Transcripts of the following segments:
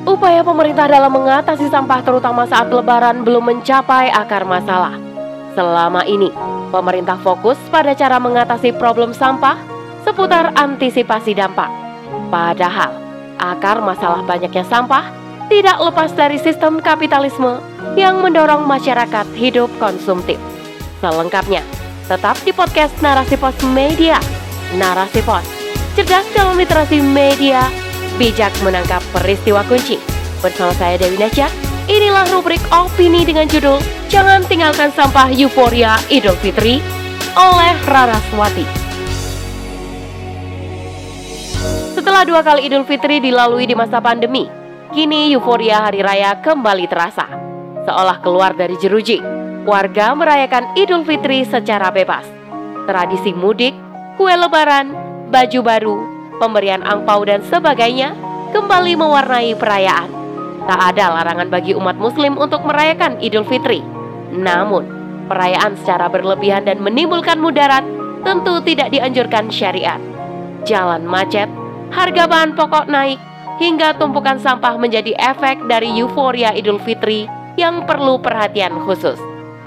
Upaya pemerintah dalam mengatasi sampah terutama saat lebaran belum mencapai akar masalah. Selama ini, pemerintah fokus pada cara mengatasi problem sampah seputar antisipasi dampak. Padahal, akar masalah banyaknya sampah tidak lepas dari sistem kapitalisme yang mendorong masyarakat hidup konsumtif. Selengkapnya, tetap di podcast Narasi Pos Media. Narasi Pos, cerdas dalam literasi media, bijak menangkap peristiwa kunci. Bersama saya Dewi Nasya, inilah rubrik opini dengan judul Jangan Tinggalkan Sampah Euforia Idul Fitri oleh Raraswati. Setelah 2 kali Idul Fitri dilalui di masa pandemi, kini euforia hari raya kembali terasa. Seolah keluar dari jeruji, warga merayakan Idul Fitri secara bebas. Tradisi mudik, kue lebaran, baju baru, pemberian angpau dan sebagainya kembali mewarnai perayaan. Tak ada larangan bagi umat muslim untuk merayakan Idul Fitri. Namun, perayaan secara berlebihan dan menimbulkan mudarat tentu tidak dianjurkan syariat. Jalan macet, harga bahan pokok naik, hingga tumpukan sampah menjadi efek dari euforia Idul Fitri yang perlu perhatian khusus.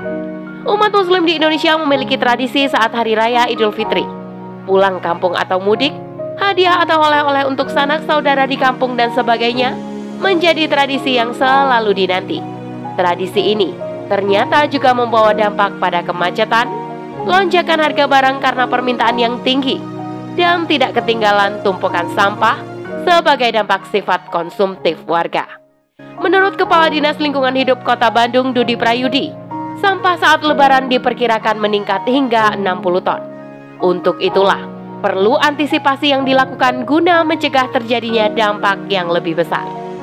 Umat muslim di Indonesia memiliki tradisi saat hari raya Idul Fitri. Pulang kampung atau mudik, hadiah atau oleh-oleh untuk sanak saudara di kampung dan sebagainya menjadi tradisi yang selalu dinanti. Tradisi ini ternyata juga membawa dampak pada kemacetan, lonjakan harga barang karena permintaan yang tinggi, dan tidak ketinggalan tumpukan sampah sebagai dampak sifat konsumtif warga. Menurut Kepala Dinas Lingkungan Hidup Kota Bandung, Dudi Prayudi, sampah saat lebaran diperkirakan meningkat hingga 60 ton. Untuk itulah, perlu antisipasi yang dilakukan guna mencegah terjadinya dampak yang lebih besar.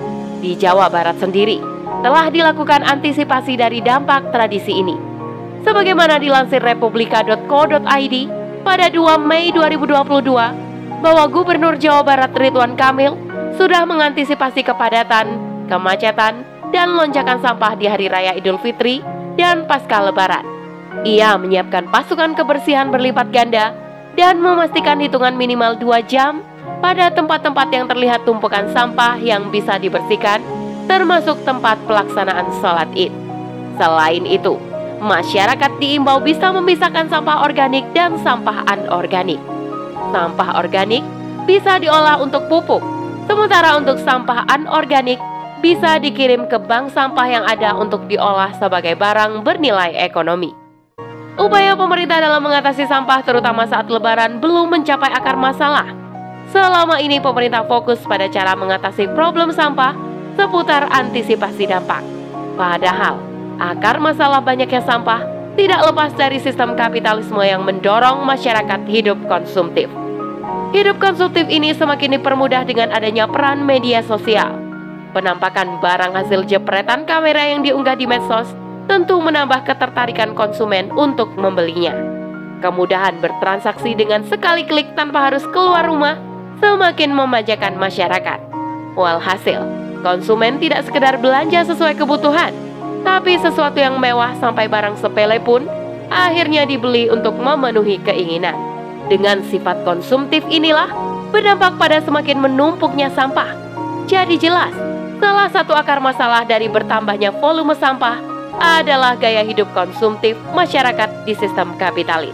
Di Jawa Barat sendiri, telah dilakukan antisipasi dari dampak tradisi ini. Sebagaimana dilansir republika.co.id pada 2 Mei 2022, bahwa Gubernur Jawa Barat Ridwan Kamil sudah mengantisipasi kepadatan, kemacetan, dan lonjakan sampah di Hari Raya Idul Fitri dan pasca Lebaran. Ia menyiapkan pasukan kebersihan berlipat ganda dan memastikan hitungan minimal 2 jam pada tempat-tempat yang terlihat tumpukan sampah yang bisa dibersihkan, termasuk tempat pelaksanaan sholat Id. Selain itu, masyarakat diimbau bisa memisahkan sampah organik dan sampah anorganik. Sampah organik bisa diolah untuk pupuk, sementara untuk sampah anorganik bisa dikirim ke bank sampah yang ada untuk diolah sebagai barang bernilai ekonomi. Upaya pemerintah dalam mengatasi sampah terutama saat lebaran belum mencapai akar masalah. Selama ini pemerintah fokus pada cara mengatasi problem sampah seputar antisipasi dampak. Padahal, akar masalah banyaknya sampah tidak lepas dari sistem kapitalisme yang mendorong masyarakat hidup konsumtif. Hidup konsumtif ini semakin dipermudah dengan adanya peran media sosial. Penampakan barang hasil jepretan kamera yang diunggah di medsos tentu menambah ketertarikan konsumen untuk membelinya. Kemudahan bertransaksi dengan sekali klik tanpa harus keluar rumah semakin memanjakan masyarakat. Walhasil, konsumen tidak sekedar belanja sesuai kebutuhan, tapi sesuatu yang mewah sampai barang sepele pun akhirnya dibeli untuk memenuhi keinginan. Dengan sifat konsumtif inilah berdampak pada semakin menumpuknya sampah. Jadi jelas, salah satu akar masalah dari bertambahnya volume sampah adalah gaya hidup konsumtif masyarakat di sistem kapitalis.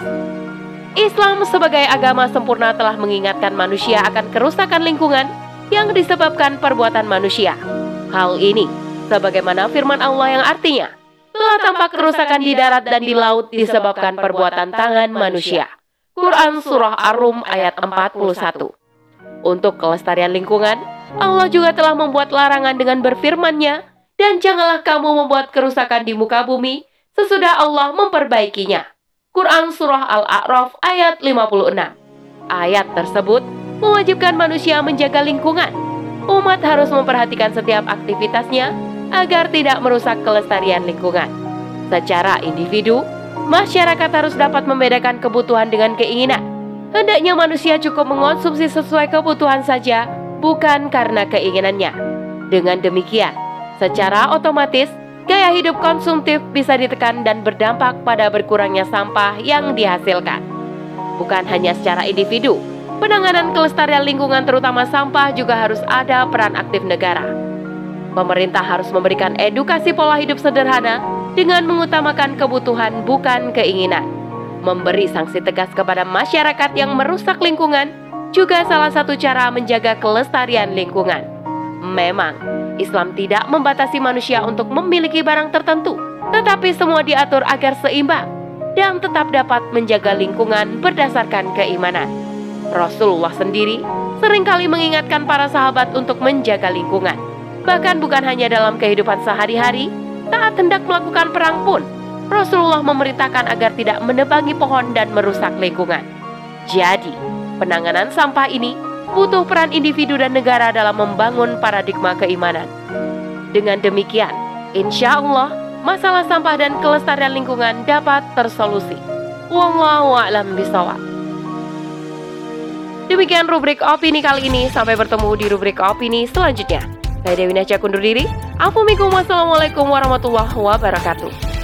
Islam sebagai agama sempurna telah mengingatkan manusia akan kerusakan lingkungan yang disebabkan perbuatan manusia. Hal ini sebagaimana firman Allah yang artinya, telah tampak kerusakan di darat dan di laut disebabkan perbuatan tangan manusia. Quran Surah Ar-Rum ayat 41. Untuk kelestarian lingkungan, Allah juga telah membuat larangan dengan berfirman-Nya, dan janganlah kamu membuat kerusakan di muka bumi sesudah Allah memperbaikinya. Quran Surah Al-A'raf ayat 56. Ayat tersebut mewajibkan manusia menjaga lingkungan. Umat harus memperhatikan setiap aktivitasnya agar tidak merusak kelestarian lingkungan. Secara individu, masyarakat harus dapat membedakan kebutuhan dengan keinginan. Hendaknya manusia cukup mengonsumsi sesuai kebutuhan saja, bukan karena keinginannya. Dengan demikian, secara otomatis, gaya hidup konsumtif bisa ditekan dan berdampak pada berkurangnya sampah yang dihasilkan. Bukan hanya secara individu, penanganan kelestarian lingkungan terutama sampah juga harus ada peran aktif negara. Pemerintah harus memberikan edukasi pola hidup sederhana dengan mengutamakan kebutuhan bukan keinginan. Memberi sanksi tegas kepada masyarakat yang merusak lingkungan juga salah satu cara menjaga kelestarian lingkungan. Memang, Islam tidak membatasi manusia untuk memiliki barang tertentu, tetapi semua diatur agar seimbang dan tetap dapat menjaga lingkungan berdasarkan keimanan. Rasulullah sendiri seringkali mengingatkan para sahabat untuk menjaga lingkungan. Bahkan bukan hanya dalam kehidupan sehari-hari, saat hendak melakukan perang pun, Rasulullah memerintahkan agar tidak menebangi pohon dan merusak lingkungan. Jadi, penanganan sampah ini butuh peran individu dan negara dalam membangun paradigma keimanan. Dengan demikian, insya Allah, masalah sampah dan kelestarian lingkungan dapat tersolusi. Wallahu a'lam bishawab. Demikian rubrik opini kali ini. Sampai bertemu di rubrik opini selanjutnya. Saya Dewi Nasya undur diri. Assalamualaikum warahmatullahi wabarakatuh.